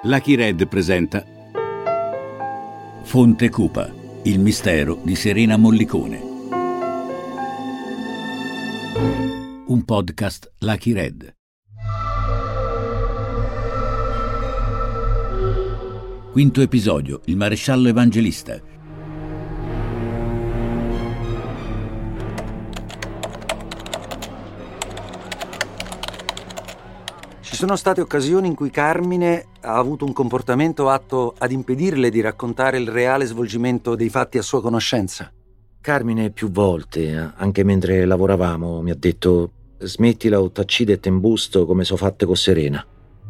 Lucky Red presenta Fonte Cupa, il mistero di Serena Mollicone. Un podcast Lucky Red. Quinto episodio, il maresciallo evangelista. Ci sono state occasioni in cui Carmine ha avuto un comportamento atto ad impedirle di raccontare il reale svolgimento dei fatti a sua conoscenza. Carmine più volte, anche mentre lavoravamo, mi ha detto: smettila o t'accide e t'imbusto come so fatte con Serena.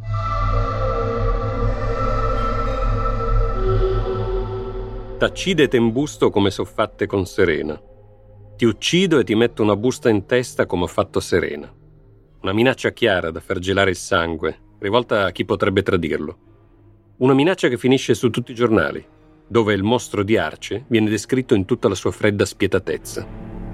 T'accide e t'imbusto come so fatte con Serena. Ti uccido e ti metto una busta in testa come ho fatto Serena. Una minaccia chiara da far gelare il sangue, rivolta a chi potrebbe tradirlo. Una minaccia che finisce su tutti i giornali, dove il mostro di Arce viene descritto in tutta la sua fredda spietatezza.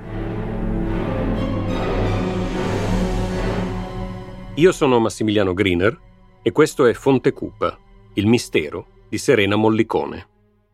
Io sono Massimiliano Griner e questo è Fonte Cupa, il mistero di Serena Mollicone.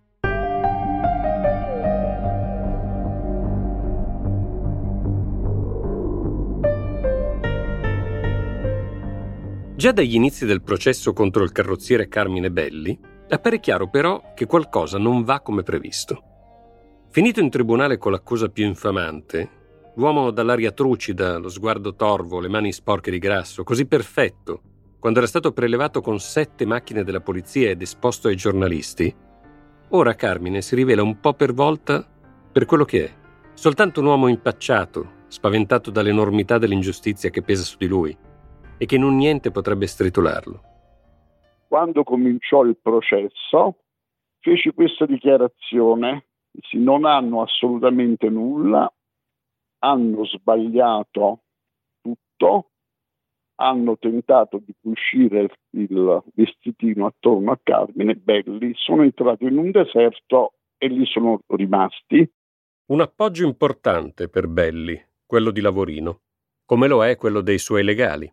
Già dagli inizi del processo contro il carrozziere Carmine Belli, appare chiaro però che qualcosa non va come previsto. Finito in tribunale con l'accusa più infamante, l'uomo dall'aria trucida, lo sguardo torvo, le mani sporche di grasso, così perfetto, quando era stato prelevato con 7 macchine della polizia ed esposto ai giornalisti, ora Carmine si rivela un po' per volta per quello che è, soltanto un uomo impacciato, spaventato dall'enormità dell'ingiustizia che pesa su di lui, e che in un niente potrebbe stritolarlo. Quando cominciò il processo, feci questa dichiarazione: non hanno assolutamente nulla, hanno sbagliato tutto, hanno tentato di cucire il vestitino attorno a Carmine Belli, sono entrati in un deserto e lì sono rimasti. Un appoggio importante per Belli, quello di Lavorino, come lo è quello dei suoi legali.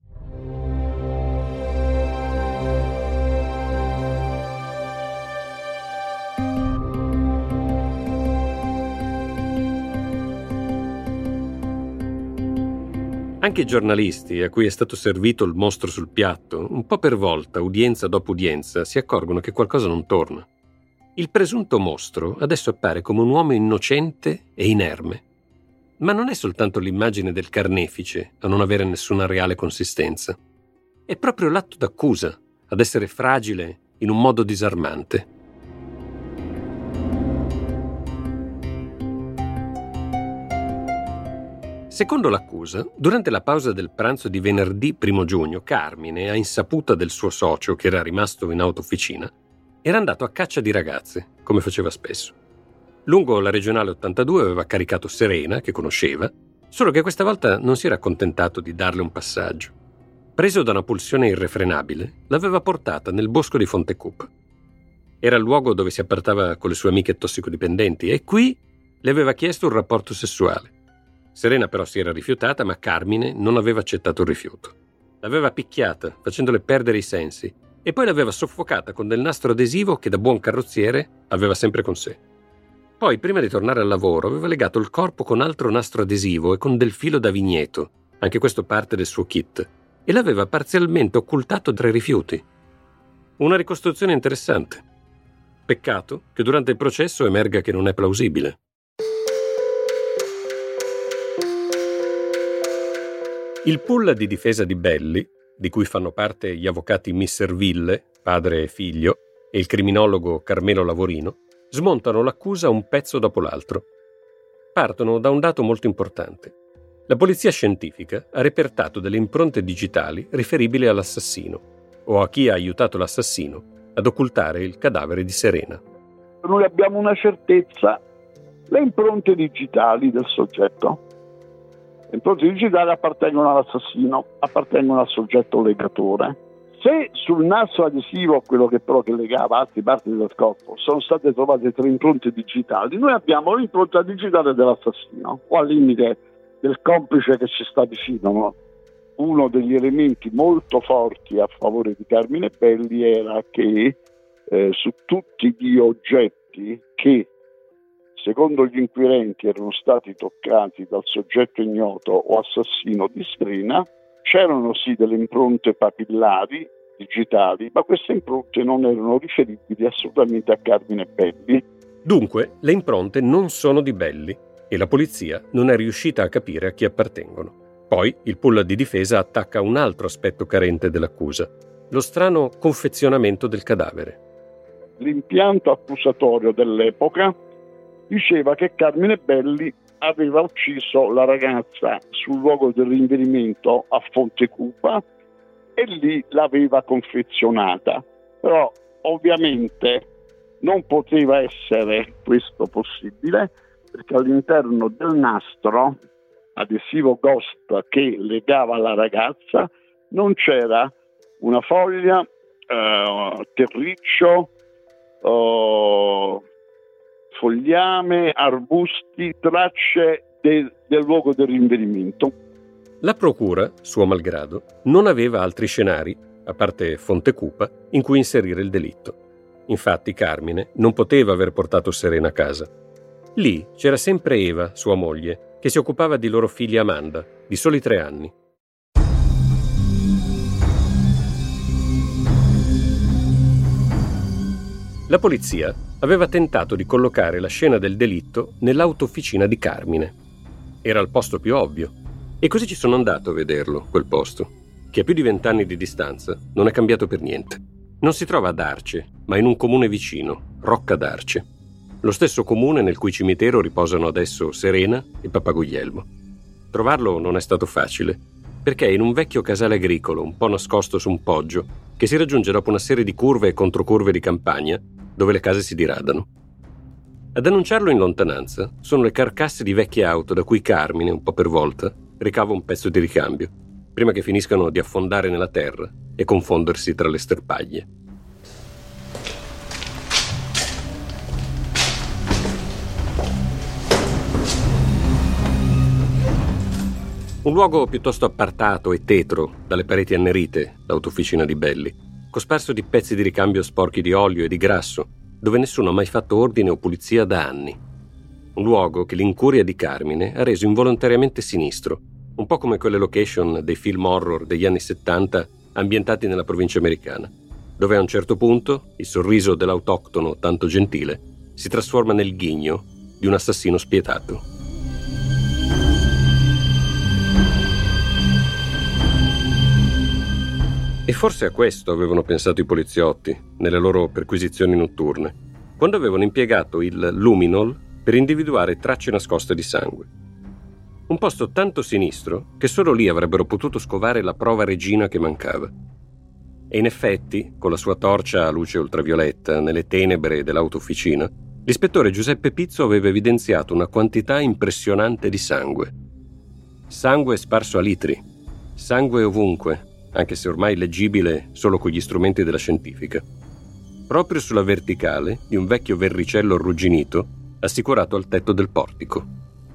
Anche i giornalisti, a cui è stato servito il mostro sul piatto, un po' per volta, udienza dopo udienza, si accorgono che qualcosa non torna. Il presunto mostro adesso appare come un uomo innocente e inerme. Ma non è soltanto l'immagine del carnefice a non avere nessuna reale consistenza. È proprio l'atto d'accusa ad essere fragile in un modo disarmante. Secondo l'accusa, durante la pausa del pranzo di venerdì 1 giugno, Carmine, a insaputa del suo socio che era rimasto in autofficina, era andato a caccia di ragazze, come faceva spesso. Lungo la regionale 82 aveva caricato Serena, che conosceva, solo che questa volta non si era accontentato di darle un passaggio. Preso da una pulsione irrefrenabile, l'aveva portata nel bosco di Fonte Cupa. Era il luogo dove si appartava con le sue amiche tossicodipendenti e qui le aveva chiesto un rapporto sessuale. Serena però si era rifiutata, ma Carmine non aveva accettato il rifiuto. L'aveva picchiata, facendole perdere i sensi, e poi l'aveva soffocata con del nastro adesivo che da buon carrozziere aveva sempre con sé. Poi, prima di tornare al lavoro, aveva legato il corpo con altro nastro adesivo e con del filo da vigneto, anche questo parte del suo kit, e l'aveva parzialmente occultato tra i rifiuti. Una ricostruzione interessante. Peccato che durante il processo emerga che non è plausibile. Il pool di difesa di Belli, di cui fanno parte gli avvocati Misserville, padre e figlio, e il criminologo Carmelo Lavorino, smontano l'accusa un pezzo dopo l'altro. Partono da un dato molto importante. La polizia scientifica ha repertato delle impronte digitali riferibili all'assassino, o a chi ha aiutato l'assassino ad occultare il cadavere di Serena. Noi abbiamo una certezza: le impronte digitali del soggetto. Le impronte digitali appartengono all'assassino, appartengono al soggetto legatore. Se sul nastro adesivo, quello che però che legava altre parti del corpo, sono state trovate 3 impronte digitali, noi abbiamo l'impronta digitale dell'assassino, o al limite del complice che ci sta vicino, no? uno degli elementi molto forti a favore di Carmine Belli era che su tutti gli oggetti che secondo gli inquirenti erano stati toccati dal soggetto ignoto o assassino di Serena c'erano sì delle impronte papillari digitali, ma queste impronte non erano riferibili assolutamente a Carmine Belli. Dunque, le impronte non sono di Belli e la polizia non è riuscita a capire a chi appartengono. Poi il pool di difesa attacca un altro aspetto carente dell'accusa, lo strano confezionamento del cadavere. L'impianto accusatorio dell'epoca diceva che Carmine Belli aveva ucciso la ragazza sul luogo del rinvenimento a Fontecupa e lì l'aveva confezionata. Però ovviamente non poteva essere questo possibile, perché all'interno del nastro adesivo Ghost che legava la ragazza non c'era una foglia, terriccio, fogliame, arbusti, tracce del luogo del rinvenimento. La procura, suo malgrado, non aveva altri scenari, a parte Fontecupa, in cui inserire il delitto. Infatti Carmine non poteva aver portato Serena a casa. Lì c'era sempre Eva, sua moglie, che si occupava di loro figlia Amanda, di soli 3 anni. La polizia aveva tentato di collocare la scena del delitto nell'autofficina di Carmine. Era il posto più ovvio. E così ci sono andato a vederlo, quel posto, che a più di 20 anni di distanza non è cambiato per niente. Non si trova ad Arce, ma in un comune vicino, Rocca d'Arce. Lo stesso comune nel cui cimitero riposano adesso Serena e Pappaguglielmo. Trovarlo non è stato facile, perché è in un vecchio casale agricolo, un po' nascosto su un poggio, che si raggiunge dopo una serie di curve e controcurve di campagna, dove le case si diradano. Ad annunciarlo in lontananza sono le carcasse di vecchie auto da cui Carmine, un po' per volta, ricava un pezzo di ricambio, prima che finiscano di affondare nella terra e confondersi tra le sterpaglie. Un luogo piuttosto appartato e tetro, dalle pareti annerite, l'autofficina di Belli, cosparso di pezzi di ricambio sporchi di olio e di grasso, dove nessuno ha mai fatto ordine o pulizia da anni. Un luogo che l'incuria di Carmine ha reso involontariamente sinistro, un po' come quelle location dei film horror degli anni 70 ambientati nella provincia americana, dove a un certo punto il sorriso dell'autoctono tanto gentile si trasforma nel ghigno di un assassino spietato. E forse a questo avevano pensato i poliziotti nelle loro perquisizioni notturne, quando avevano impiegato il luminol per individuare tracce nascoste di sangue. Un posto tanto sinistro che solo lì avrebbero potuto scovare la prova regina che mancava. E in effetti, con la sua torcia a luce ultravioletta nelle tenebre dell'autofficina, l'ispettore Giuseppe Pizzo aveva evidenziato una quantità impressionante di sangue. Sangue sparso a litri, sangue ovunque, anche se ormai leggibile solo con gli strumenti della scientifica. Proprio sulla verticale di un vecchio verricello arrugginito assicurato al tetto del portico.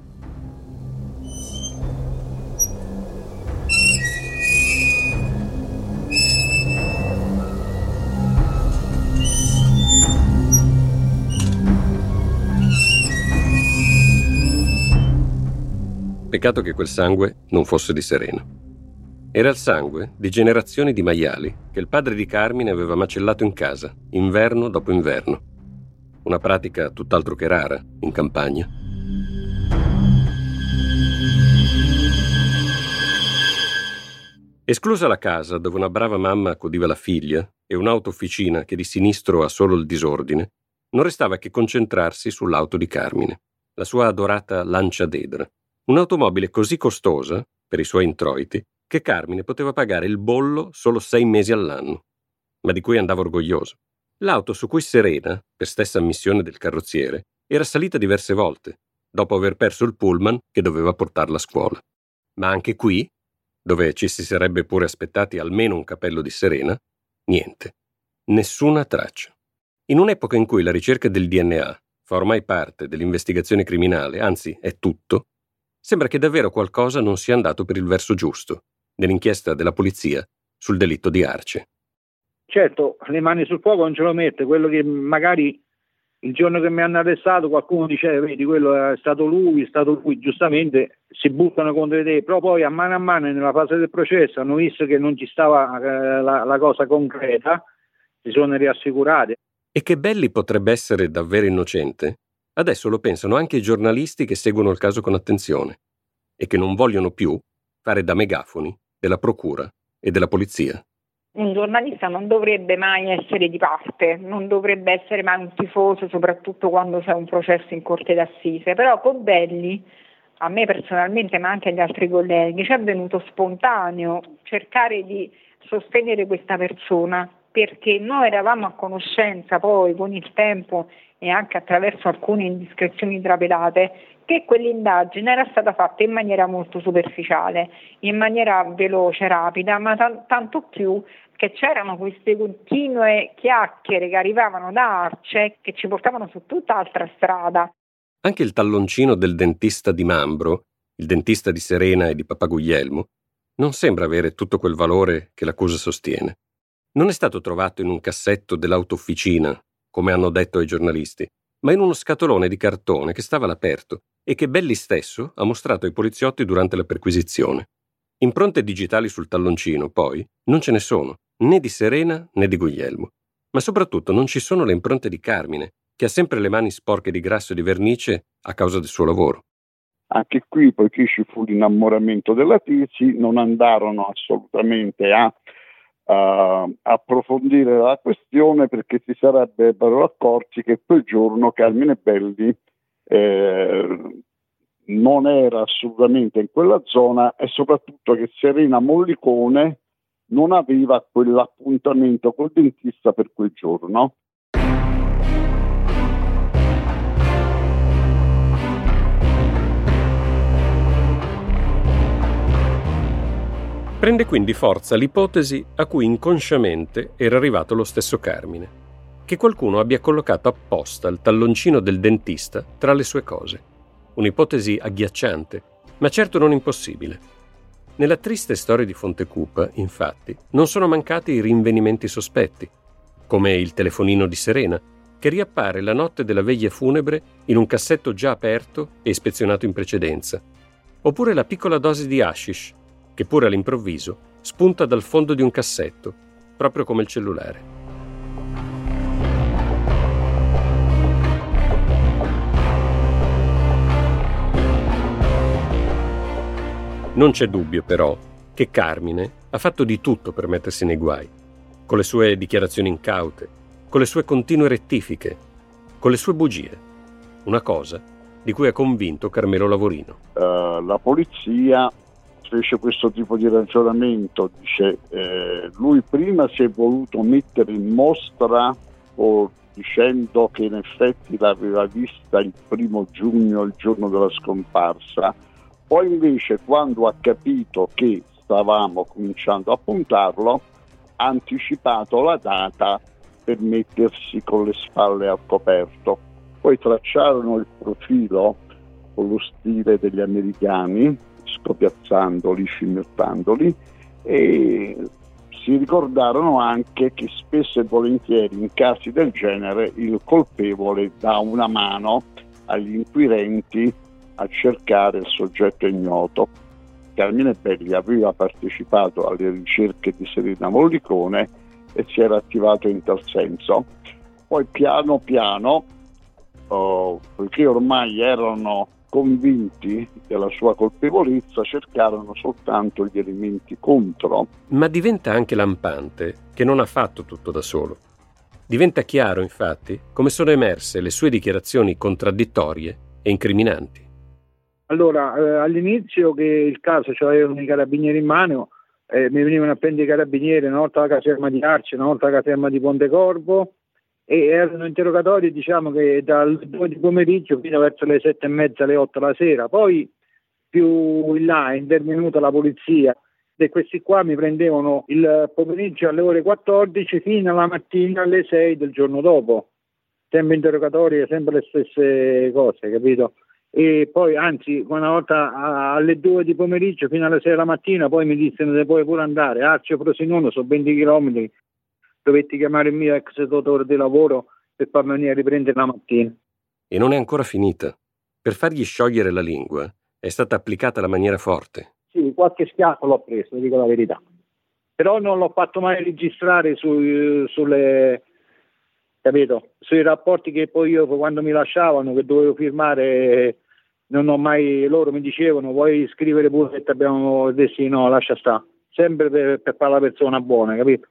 Peccato che quel sangue non fosse di Serena. Era il sangue di generazioni di maiali che il padre di Carmine aveva macellato in casa, inverno dopo inverno. Una pratica tutt'altro che rara in campagna. Esclusa la casa dove una brava mamma accudiva la figlia e un'autofficina che di sinistro ha solo il disordine, non restava che concentrarsi sull'auto di Carmine, la sua adorata Lancia Dedra. Un'automobile così costosa, per i suoi introiti, che Carmine poteva pagare il bollo solo 6 mesi all'anno, ma di cui andava orgoglioso. L'auto su cui Serena, per stessa ammissione del carrozziere, era salita diverse volte, dopo aver perso il pullman che doveva portarla a scuola. Ma anche qui, dove ci si sarebbe pure aspettati almeno un capello di Serena, niente. Nessuna traccia. In un'epoca in cui la ricerca del DNA fa ormai parte dell'investigazione criminale, anzi è tutto, sembra che davvero qualcosa non sia andato per il verso giusto. nell'inchiesta della polizia sul delitto di Arce. Certo, le mani sul fuoco non ce lo mette, quello che magari il giorno che mi hanno arrestato qualcuno dice vedi quello è stato lui, giustamente si buttano contro di te, però poi a mano nella fase del processo hanno visto che non ci stava la cosa concreta, si sono riassicurati. E che Belli potrebbe essere davvero innocente? Adesso lo pensano anche i giornalisti che seguono il caso con attenzione e che non vogliono più fare da megafoni della procura e della polizia. Un giornalista non dovrebbe mai essere di parte, non dovrebbe essere mai un tifoso, soprattutto quando c'è un processo in corte d'assise, però con Belli, a me personalmente ma anche agli altri colleghi, ci è venuto spontaneo cercare di sostenere questa persona, perché noi eravamo a conoscenza poi con il tempo e anche attraverso alcune indiscrezioni trapelate che quell'indagine era stata fatta in maniera molto superficiale, in maniera veloce, rapida, ma tanto più che c'erano queste continue chiacchiere che arrivavano da Arce che ci portavano su tutt'altra strada. Anche il talloncino del dentista di Mambro, il dentista di Serena e di Papà Guglielmo, non sembra avere tutto quel valore che l'accusa sostiene. Non è stato trovato in un cassetto dell'autofficina, come hanno detto ai giornalisti, ma in uno scatolone di cartone che stava all'aperto e che Belli stesso ha mostrato ai poliziotti durante la perquisizione. Impronte digitali sul talloncino, poi, non ce ne sono, né di Serena né di Guglielmo. Ma soprattutto non ci sono le impronte di Carmine, che ha sempre le mani sporche di grasso e di vernice a causa del suo lavoro. Anche qui, poiché ci fu l'innamoramento della tesi, non andarono assolutamente a approfondire la questione, perché si sarebbero accorti che quel giorno Carmine Belli non era assolutamente in quella zona e soprattutto che Serena Mollicone non aveva quell'appuntamento col dentista per quel giorno. Prende quindi forza l'ipotesi a cui inconsciamente era arrivato lo stesso Carmine, che qualcuno abbia collocato apposta il talloncino del dentista tra le sue cose. Un'ipotesi agghiacciante, ma certo non impossibile. Nella triste storia di Fontecupa, infatti, non sono mancati i rinvenimenti sospetti, come il telefonino di Serena, che riappare la notte della veglia funebre in un cassetto già aperto e ispezionato in precedenza, oppure la piccola dose di hashish, che pure all'improvviso spunta dal fondo di un cassetto, proprio come il cellulare. Non c'è dubbio, però, che Carmine ha fatto di tutto per mettersi nei guai, con le sue dichiarazioni incaute, con le sue continue rettifiche, con le sue bugie. Una cosa di cui ha convinto Carmelo Lavorino. La polizia fece questo tipo di ragionamento, dice lui prima si è voluto mettere in mostra dicendo che in effetti l'aveva vista il 1 giugno, il giorno della scomparsa, poi invece quando ha capito che stavamo cominciando a puntarlo ha anticipato la data per mettersi con le spalle al coperto. Poi tracciarono il profilo con lo stile degli americani, scopiazzandoli, scimmiottandoli, e si ricordarono anche che spesso e volentieri in casi del genere il colpevole dà una mano agli inquirenti a cercare il soggetto ignoto. Carmine Belli aveva partecipato alle ricerche di Serena Mollicone e si era attivato in tal senso. Poi piano piano, poiché ormai erano convinti della sua colpevolezza, cercarono soltanto gli elementi contro. Ma diventa anche lampante che non ha fatto tutto da solo. Diventa chiaro, infatti, come sono emerse le sue dichiarazioni contraddittorie e incriminanti. Allora, all'inizio che il caso c'avevano i carabinieri in mano, mi venivano a prendere i carabinieri una volta alla caserma di Arce, una volta alla caserma di Pontecorvo, e erano interrogatori, diciamo, che dal 2 di pomeriggio fino verso le 7:30, alle 8 la sera. Poi più in là è intervenuta la polizia e questi qua mi prendevano il pomeriggio alle ore 14 fino alla mattina alle 6 del giorno dopo, sempre interrogatori, sempre le stesse cose, capito? e poi anzi una volta alle 2 di pomeriggio fino alle 6 della mattina poi mi dissero se puoi pure andare, Arce Frosinone, sono 20 chilometri, dovetti chiamare il mio ex datore di lavoro per farmi venire a riprendere la mattina. E non è ancora finita. Per fargli sciogliere la lingua è stata applicata la maniera forte. Sì, qualche schiaffo l'ho preso, dico la verità. Però non l'ho fatto mai registrare sulle, capito? Sui rapporti che poi io quando mi lasciavano, che dovevo firmare, non ho mai, loro mi dicevano vuoi scrivere pure che abbiamo detto no, lascia sta. Sempre per fare la persona buona, capito?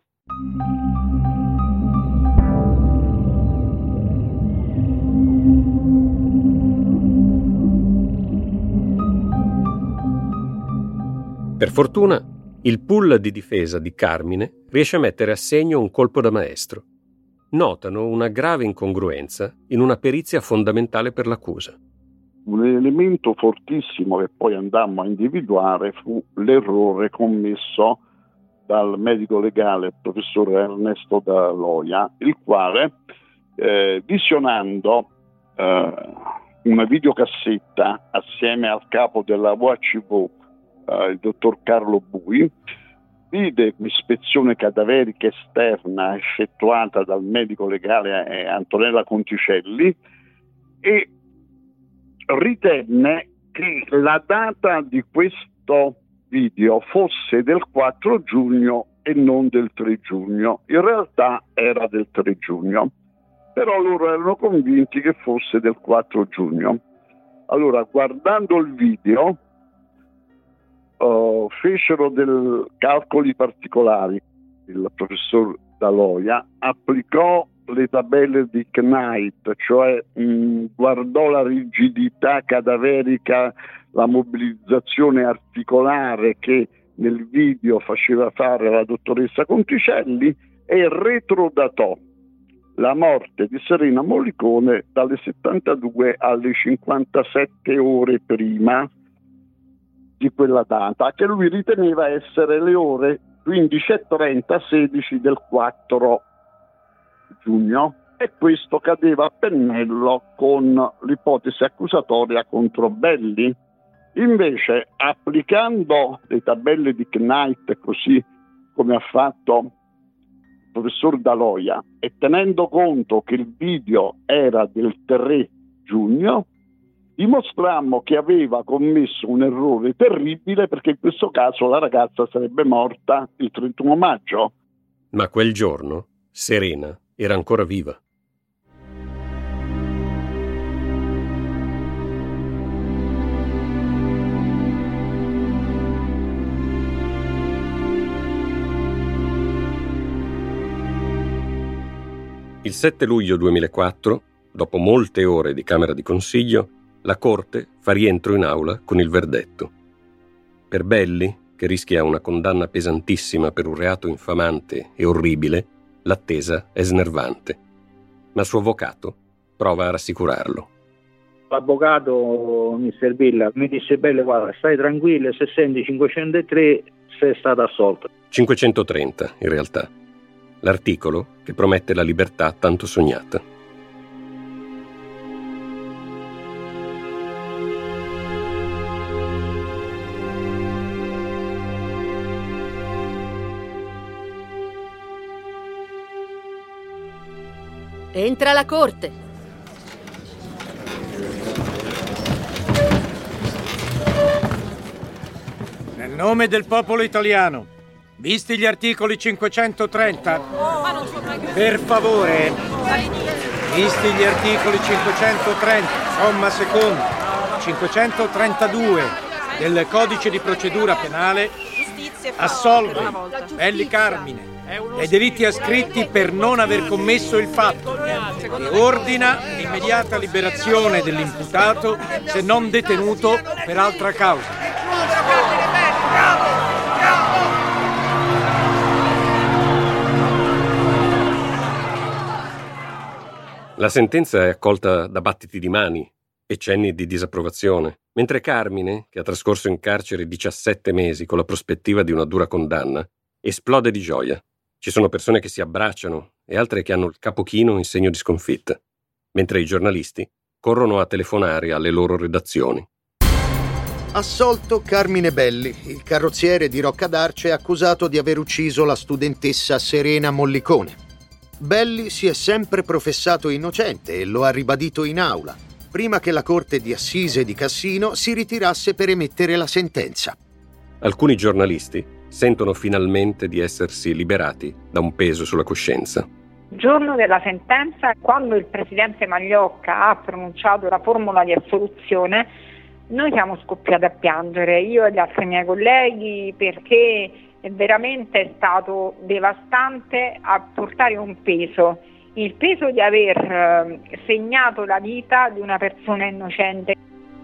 Per fortuna, il pool di difesa di Carmine riesce a mettere a segno un colpo da maestro. Notano una grave incongruenza in una perizia fondamentale per l'accusa. Un elemento fortissimo che poi andammo a individuare fu l'errore commesso dal medico legale, il professor Ernesto Daloia, il quale, visionando una videocassetta assieme al capo della UACV, il dottor Carlo Bui, vide l'ispezione cadaverica esterna effettuata dal medico legale Antonella Conticelli e ritenne che la data di questo video fosse del 4 giugno e non del 3 giugno. In realtà era del 3 giugno, però loro erano convinti che fosse del 4 giugno. Allora, guardando il video, fecero dei calcoli particolari. Il professor Daloia applicò le tabelle di Knight, cioè guardò la rigidità cadaverica, la mobilizzazione articolare che nel video faceva fare la dottoressa Conticelli e retrodatò la morte di Serena Mollicone dalle 72 alle 57 ore prima di quella data, che lui riteneva essere le ore 15:30, 16 del 4 giugno, e questo cadeva a pennello con l'ipotesi accusatoria contro Belli. Invece, applicando le tabelle di Knight, così come ha fatto il professor Daloia, e tenendo conto che il video era del 3 giugno, dimostrammo che aveva commesso un errore terribile, perché in questo caso la ragazza sarebbe morta il 31 maggio. Ma quel giorno Serena era ancora viva. Il 7 luglio 2004, dopo molte ore di Camera di Consiglio, la Corte fa rientro in aula con il verdetto. Per Belli, che rischia una condanna pesantissima per un reato infamante e orribile, l'attesa è snervante. Ma il suo avvocato prova a rassicurarlo. L'avvocato, Mr. Villa, mi disse: Belli, guarda, stai tranquillo, se senti 503 sei stato assolto. 530, in realtà. L'articolo che promette la libertà tanto sognata. Entra la Corte. Nel nome del popolo italiano, visti gli articoli 530, per favore, visti gli articoli 530, comma secondo, 532 del Codice di procedura penale, assolve Belli Carmine dei delitti ascritti per non aver commesso il fatto e ordina l'immediata liberazione dell'imputato se non detenuto per altra causa. La sentenza è accolta da battiti di mani e cenni di disapprovazione, mentre Carmine, che ha trascorso in carcere 17 mesi con la prospettiva di una dura condanna, esplode di gioia. Ci sono persone che si abbracciano e altre che hanno il capo chino in segno di sconfitta, mentre i giornalisti corrono a telefonare alle loro redazioni. Assolto Carmine Belli, il carrozziere di Rocca d'Arce accusato di aver ucciso la studentessa Serena Mollicone. Belli si è sempre professato innocente e lo ha ribadito in aula, prima che la Corte di Assise di Cassino si ritirasse per emettere la sentenza. Alcuni giornalisti sentono finalmente di essersi liberati da un peso sulla coscienza. Il giorno della sentenza, quando il presidente Magliocca ha pronunciato la formula di assoluzione, noi siamo scoppiati a piangere, io e gli altri miei colleghi, perché veramente è stato devastante a portare un peso, il peso di aver segnato la vita di una persona innocente.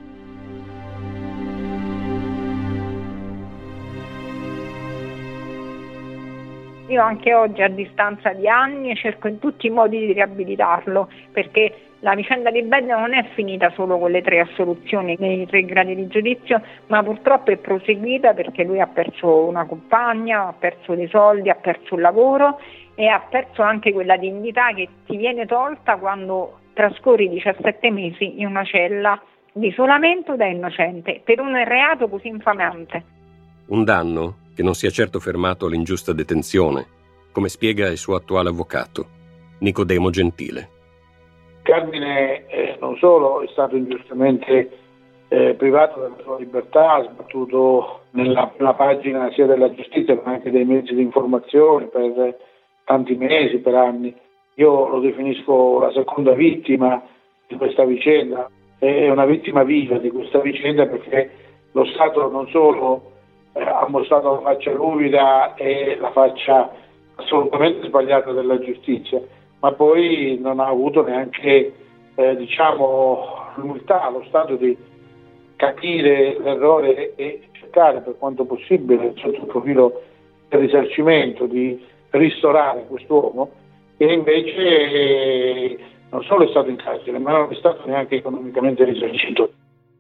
Io anche oggi, a distanza di anni, cerco in tutti i modi di riabilitarlo, perché la vicenda di Belli non è finita solo con le 3 assoluzioni nei 3 gradi di giudizio, ma purtroppo è proseguita perché lui ha perso una compagna, ha perso dei soldi, ha perso il lavoro e ha perso anche quella dignità che ti viene tolta quando trascorri 17 mesi in una cella di isolamento da innocente per un reato così infamante. Un danno che non sia certo fermato all'ingiusta detenzione, come spiega il suo attuale avvocato, Nicodemo Gentile. Carmine non solo è stato ingiustamente privato della sua libertà, ha sbattuto nella pagina sia della giustizia ma anche dei mezzi di informazione per tanti mesi, per anni. Io lo definisco la seconda vittima di questa vicenda, è una vittima viva di questa vicenda, perché lo Stato non solo ha mostrato la faccia ruvida e la faccia assolutamente sbagliata della giustizia, ma poi non ha avuto neanche l'umiltà, lo stato di capire l'errore e cercare per quanto possibile sotto il profilo del risarcimento di ristorare quest'uomo, e invece non solo è stato in carcere ma non è stato neanche economicamente risarcito.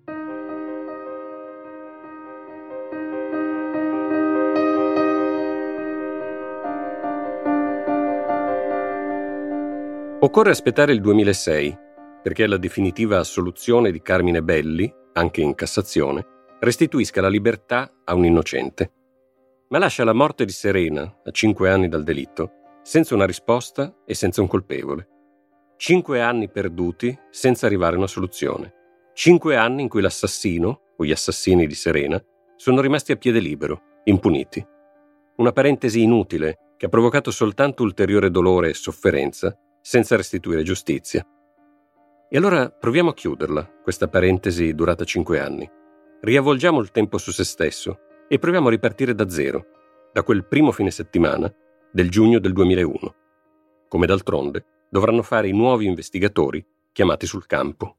Occorre aspettare il 2006 perché la definitiva assoluzione di Carmine Belli, anche in Cassazione, restituisca la libertà a un innocente. Ma lascia la morte di Serena, a 5 anni dal delitto, senza una risposta e senza un colpevole. 5 anni perduti senza arrivare a una soluzione. 5 anni in cui l'assassino, o gli assassini di Serena, sono rimasti a piede libero, impuniti. Una parentesi inutile che ha provocato soltanto ulteriore dolore e sofferenza, senza restituire giustizia. E allora proviamo a chiuderla, questa parentesi durata 5 anni. Riavvolgiamo il tempo su se stesso e proviamo a ripartire da zero, da quel primo fine settimana del giugno del 2001. Come d'altronde dovranno fare i nuovi investigatori chiamati sul campo.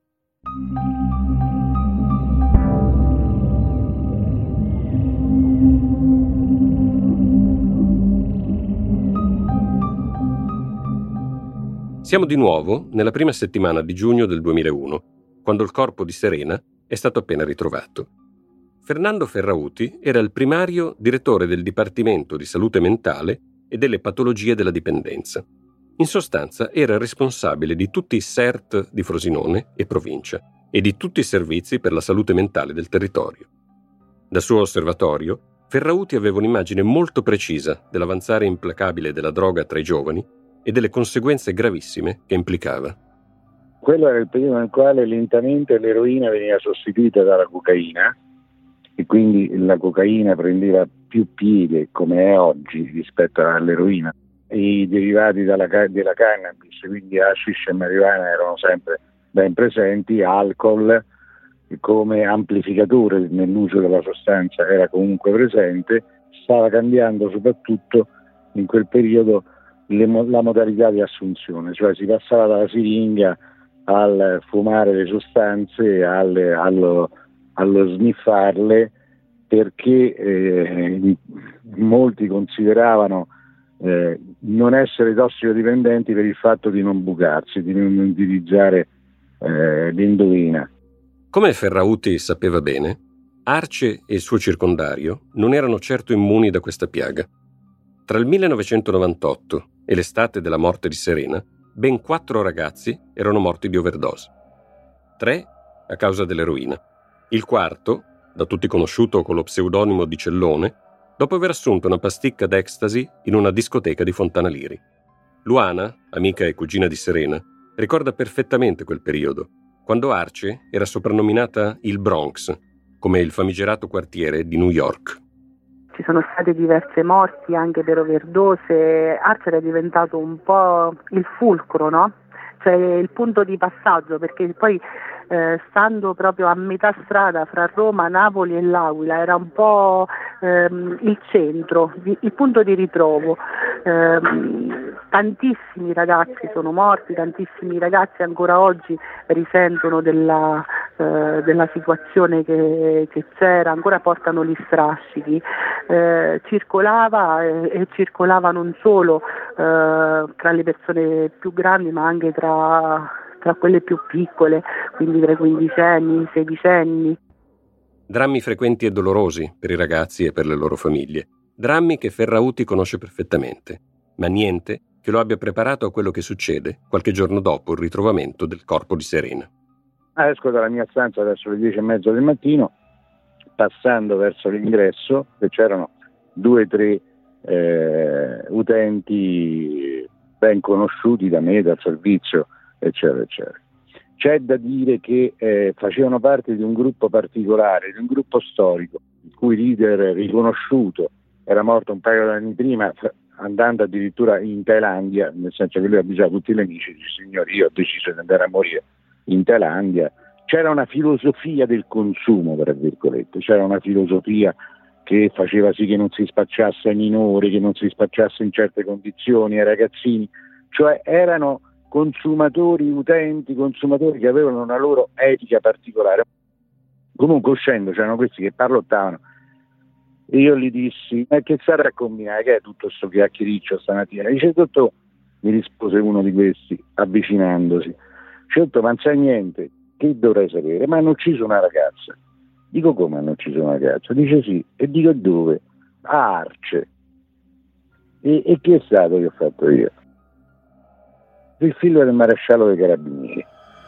Siamo di nuovo nella prima settimana di giugno del 2001, quando il corpo di Serena è stato appena ritrovato. Fernando Ferrauti era il primario direttore del Dipartimento di Salute Mentale e delle Patologie della Dipendenza. In sostanza era responsabile di tutti i SERT di Frosinone e provincia e di tutti i servizi per la salute mentale del territorio. Dal suo osservatorio, Ferrauti aveva un'immagine molto precisa dell'avanzare implacabile della droga tra i giovani e delle conseguenze gravissime che implicava. Quello era il periodo nel quale lentamente l'eroina veniva sostituita dalla cocaina e quindi la cocaina prendeva più piede, come è oggi, rispetto all'eroina. I derivati della cannabis, quindi hashish e marijuana, erano sempre ben presenti, alcol come amplificatore nell'uso della sostanza era comunque presente. Stava cambiando soprattutto in quel periodo la modalità di assunzione, cioè si passava dalla siringa al fumare le sostanze, allo sniffarle, perché molti consideravano non essere tossicodipendenti per il fatto di non bucarsi, di non utilizzare l'indovina. Come Ferrauti sapeva bene, Arce e il suo circondario non erano certo immuni da questa piaga. Tra il 1998 e l'estate della morte di Serena, ben 4 ragazzi erano morti di overdose. 3 a causa dell'eroina. Il quarto, da tutti conosciuto con lo pseudonimo di Cellone, dopo aver assunto una pasticca d'ecstasy in una discoteca di Fontana Liri. Luana, amica e cugina di Serena, ricorda perfettamente quel periodo, quando Arce era soprannominata il Bronx, come il famigerato quartiere di New York. Ci sono state diverse morti anche per overdose. Arce era diventato un po' il fulcro, no? Cioè il punto di passaggio, perché poi stando proprio a metà strada fra Roma, Napoli e l'Aquila era un po' il centro, il punto di ritrovo. Tantissimi ragazzi sono morti, tantissimi ragazzi ancora oggi risentono della situazione che c'era, ancora portano gli strascichi. Circolava e circolava non solo tra le persone più grandi, ma anche tra quelle più piccole, quindi tra i 15enni, i 16enni. Drammi frequenti e dolorosi per i ragazzi e per le loro famiglie. Drammi che Ferrauti conosce perfettamente, ma niente che lo abbia preparato a quello che succede qualche giorno dopo il ritrovamento del corpo di Serena. Esco dalla mia stanza verso le 10:30 del mattino, passando verso l'ingresso, e c'erano 2 o 3 utenti ben conosciuti da me, dal servizio, eccetera, eccetera. C'è da dire che facevano parte di un gruppo particolare, di un gruppo storico, il cui leader riconosciuto era morto un paio di anni prima, andando addirittura in Thailandia, nel senso che lui avvisava tutti gli amici, dice: signori, io ho deciso di andare a morire in Thailandia. C'era una filosofia del consumo, tra virgolette, c'era una filosofia che faceva sì che non si spacciasse ai minori, che non si spacciasse in certe condizioni ai ragazzini, cioè erano consumatori che avevano una loro etica particolare. Comunque uscendo c'erano questi che parlottavano e io gli dissi: ma che sarà a combinare, che è tutto sto chiacchiericcio stamattina? Dice: dottor, mi rispose uno di questi avvicinandosi, certo, ma non sai niente, che dovrei sapere? Ma hanno ucciso una ragazza. Dico: come hanno ucciso una ragazza? Dice: sì. E dico: dove? A Arce. E chi è stato che ho fatto io? Il figlio del maresciallo dei Carabinieri.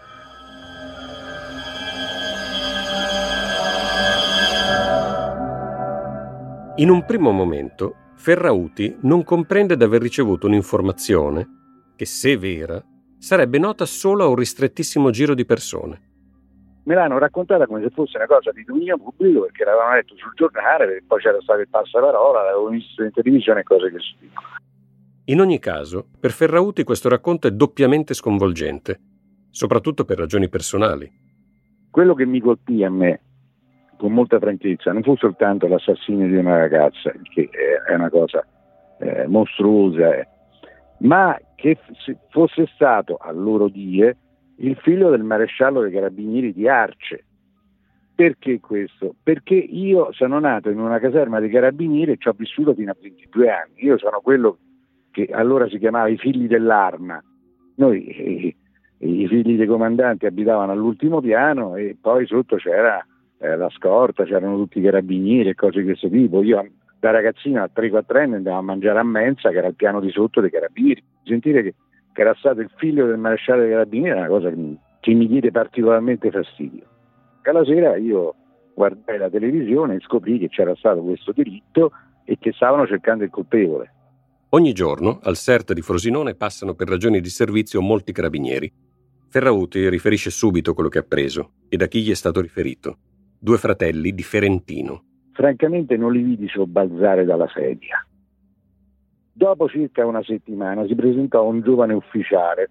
In un primo momento, Ferrauti non comprende di aver ricevuto un'informazione che, se vera, sarebbe nota solo a un ristrettissimo giro di persone. Me l'hanno raccontata come se fosse una cosa di dominio pubblico, perché l'avevano letto sul giornale, poi c'era stato il passaparola, l'avevo visto in televisione e cose che si dicono. In ogni caso, per Ferrauti questo racconto è doppiamente sconvolgente, soprattutto per ragioni personali. Quello che mi colpì a me, con molta franchezza, non fu soltanto l'assassinio di una ragazza, che è una cosa mostruosa, ma che fosse stato, a loro dire, il figlio del maresciallo dei Carabinieri di Arce. Perché questo? Perché io sono nato in una caserma dei Carabinieri e ci ho vissuto fino a 22 anni. Io sono quello che allora si chiamava i figli dell'arma. Noi, i figli dei comandanti, abitavano all'ultimo piano e poi sotto c'era la scorta, c'erano tutti i carabinieri e cose di questo tipo. Io da ragazzino a 3-4 anni andavo a mangiare a mensa, che era il piano di sotto dei carabinieri. Sentire che era stato il figlio del maresciallo dei Carabinieri è una cosa che mi diede particolarmente fastidio. Alla sera io guardai la televisione e scoprì che c'era stato questo delitto e che stavano cercando il colpevole. Ogni giorno al SERT di Frosinone passano per ragioni di servizio molti carabinieri. Ferrauti riferisce subito quello che ha preso e da chi gli è stato riferito: 2 fratelli di Ferentino. Francamente non li vidi sobbalzare dalla sedia. Dopo circa una settimana si presentò un giovane ufficiale,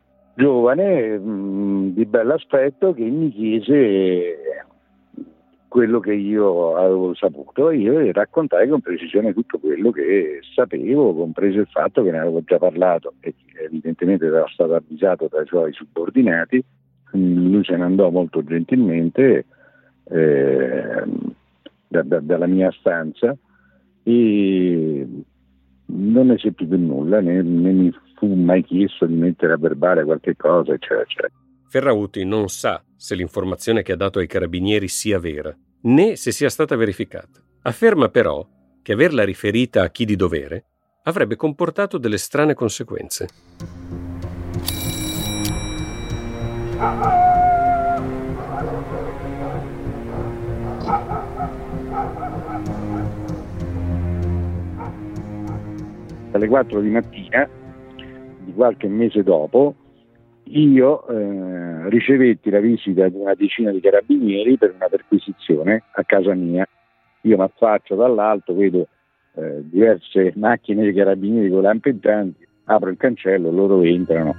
di bell'aspetto, che mi chiese quello che io avevo saputo e io gli raccontai con precisione tutto quello che sapevo, compreso il fatto che ne avevo già parlato e che evidentemente era stato avvisato dai suoi subordinati. Lui se ne andò molto gentilmente dalla mia stanza e non ne seppe più nulla, né mi fu mai chiesto di mettere a verbale qualche cosa, eccetera, eccetera. Ferrauti non sa se l'informazione che ha dato ai carabinieri sia vera, né se sia stata verificata. Afferma però che averla riferita a chi di dovere avrebbe comportato delle strane conseguenze. alle 4 di mattina di qualche mese dopo, io ricevetti la visita di una decina di carabinieri per una perquisizione a casa mia. Io mi affaccio dall'alto, vedo diverse macchine di carabinieri con lampeggianti, apro il cancello, loro entrano.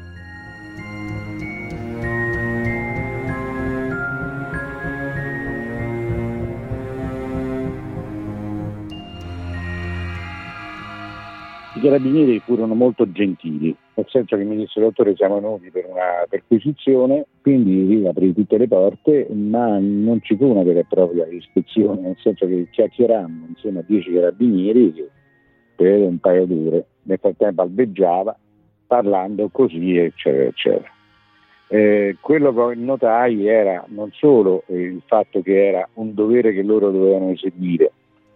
I carabinieri furono molto gentili, nel senso che mi dissero: dottore, siamo venuti per una perquisizione, quindi aprì tutte le porte, ma non ci fu una vera e propria ispezione, nel senso che chiacchierammo insieme a 10 carabinieri per un paio d'ore. Nel frattempo albeggiava, parlando così, eccetera, eccetera. Quello che notai era non solo il fatto che era un dovere che loro dovevano eseguire,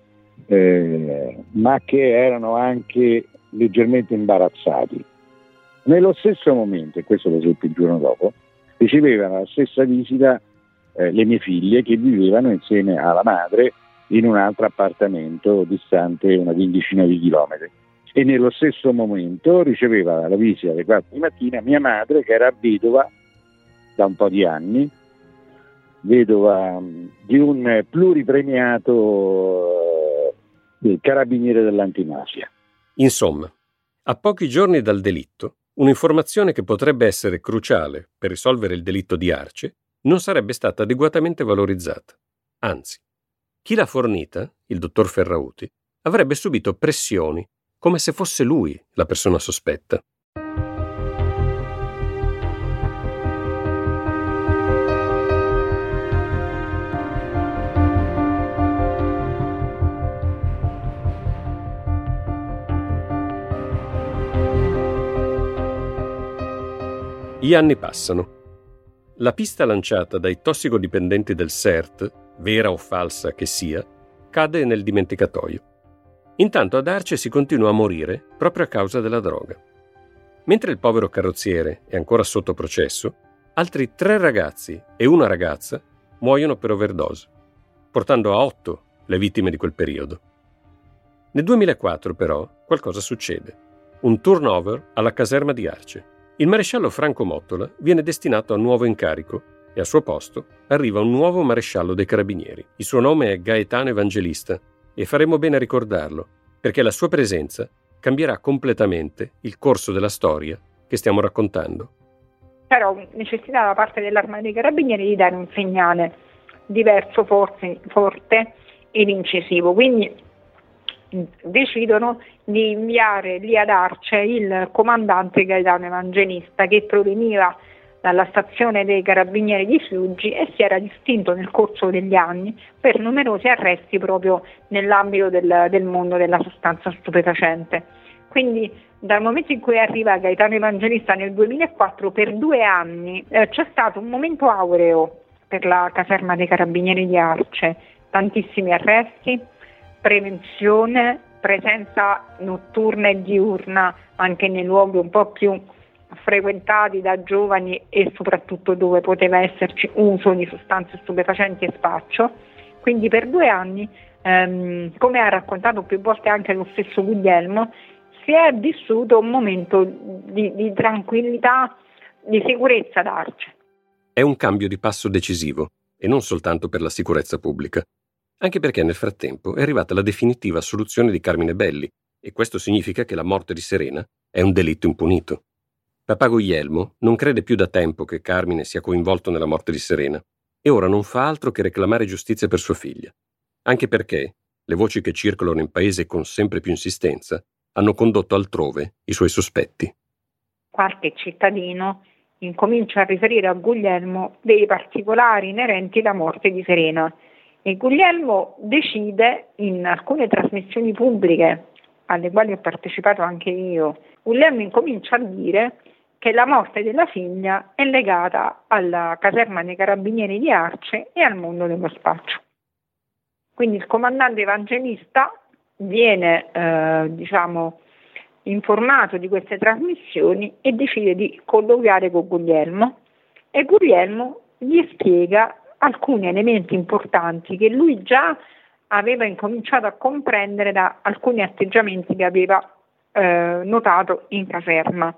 ma che erano anche leggermente imbarazzati. Nello stesso momento, e questo lo seppi il giorno dopo, ricevevano la stessa visita le mie figlie, che vivevano insieme alla madre in un altro appartamento distante una quindicina di chilometri, e nello stesso momento riceveva la visita alle 4 di mattina mia madre, che era vedova da un po' di anni, vedova di un pluripremiato carabiniere dell'antimafia. Insomma, a pochi giorni dal delitto, un'informazione che potrebbe essere cruciale per risolvere il delitto di Arce non sarebbe stata adeguatamente valorizzata. Anzi, chi l'ha fornita, il dottor Ferrauti, avrebbe subito pressioni come se fosse lui la persona sospetta. Gli anni passano. La pista lanciata dai tossicodipendenti del SERT, vera o falsa che sia, cade nel dimenticatoio. Intanto ad Arce si continua a morire proprio a causa della droga. Mentre il povero carrozziere è ancora sotto processo, altri 3 ragazzi e una ragazza muoiono per overdose, portando a 8 le vittime di quel periodo. Nel 2004 però qualcosa succede. Un turnover alla caserma di Arce. Il maresciallo Franco Mottola viene destinato a nuovo incarico e al suo posto arriva un nuovo maresciallo dei carabinieri. Il suo nome è Gaetano Evangelista e faremo bene a ricordarlo, perché la sua presenza cambierà completamente il corso della storia che stiamo raccontando. C'era necessità da parte dell'Arma dei Carabinieri di dare un segnale diverso, forte ed incisivo, quindi decidono di inviare lì ad Arce il comandante Gaetano Evangelista, che proveniva dalla stazione dei Carabinieri di Fiuggi e si era distinto nel corso degli anni per numerosi arresti proprio nell'ambito del mondo della sostanza stupefacente. Quindi dal momento in cui arriva Gaetano Evangelista nel 2004, per 2 anni c'è stato un momento aureo per la caserma dei Carabinieri di Arce, tantissimi arresti, prevenzione, presenza notturna e diurna anche nei luoghi un po' più frequentati da giovani e soprattutto dove poteva esserci uso di sostanze stupefacenti e spaccio. Quindi per 2 anni, come ha raccontato più volte anche lo stesso Guglielmo, si è vissuto un momento di tranquillità, di sicurezza ad Arce. È un cambio di passo decisivo, e non soltanto per la sicurezza pubblica. Anche perché nel frattempo è arrivata la definitiva assoluzione di Carmine Belli, e questo significa che la morte di Serena è un delitto impunito. Papà Guglielmo non crede più da tempo che Carmine sia coinvolto nella morte di Serena, e ora non fa altro che reclamare giustizia per sua figlia. Anche perché le voci che circolano in paese con sempre più insistenza hanno condotto altrove i suoi sospetti. Qualche cittadino incomincia a riferire a Guglielmo dei particolari inerenti alla morte di Serena, e Guglielmo decide, in alcune trasmissioni pubbliche alle quali ho partecipato anche io, Guglielmo incomincia a dire che la morte della figlia è legata alla caserma dei Carabinieri di Arce e al mondo dello spaccio. Quindi il comandante Evangelista viene informato di queste trasmissioni e decide di colloquiare con Guglielmo, e Guglielmo gli spiega alcuni elementi importanti che lui già aveva incominciato a comprendere da alcuni atteggiamenti che aveva notato in caserma.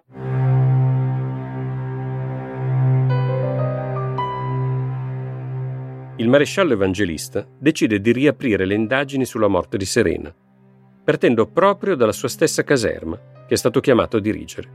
Il maresciallo Evangelista decide di riaprire le indagini sulla morte di Serena, partendo proprio dalla sua stessa caserma, che è stato chiamato a dirigere.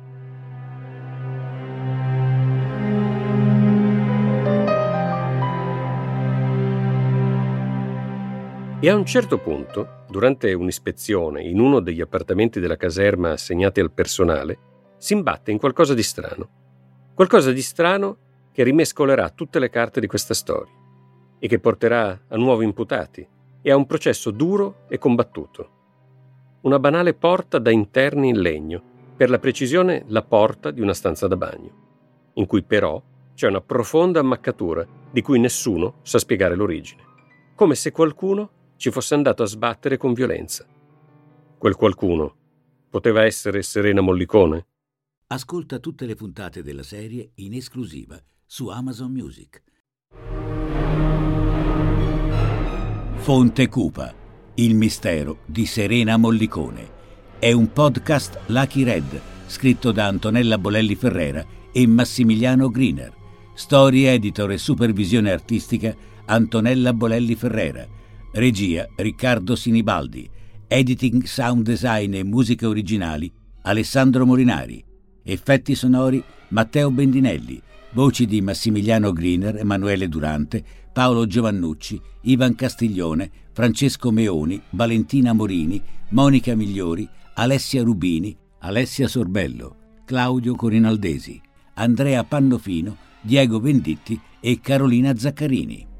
E a un certo punto, durante un'ispezione in uno degli appartamenti della caserma assegnati al personale, si imbatte in qualcosa di strano. Qualcosa di strano che rimescolerà tutte le carte di questa storia e che porterà a nuovi imputati e a un processo duro e combattuto. Una banale porta da interni in legno, per la precisione la porta di una stanza da bagno, in cui però c'è una profonda ammaccatura di cui nessuno sa spiegare l'origine, come se qualcuno ci fosse andato a sbattere con violenza. Quel qualcuno poteva essere Serena Mollicone? Ascolta tutte le puntate della serie in esclusiva su Amazon Music. Fonte Cupa, il mistero di Serena Mollicone. È un podcast Lucky Red, scritto da Antonella Bolelli Ferrera e Massimiliano Griner. Storia, editor e supervisione artistica Antonella Bolelli Ferrera. Regia Riccardo Sinibaldi. Editing, sound design e musiche originali Alessandro Morinari. Effetti sonori Matteo Bendinelli. Voci di Massimiliano Griner, Emanuele Durante, Paolo Giovannucci, Ivan Castiglione, Francesco Meoni, Valentina Morini, Monica Migliori, Alessia Rubini, Alessia Sorbello, Claudio Corinaldesi, Andrea Pannofino, Diego Venditti e Carolina Zaccarini.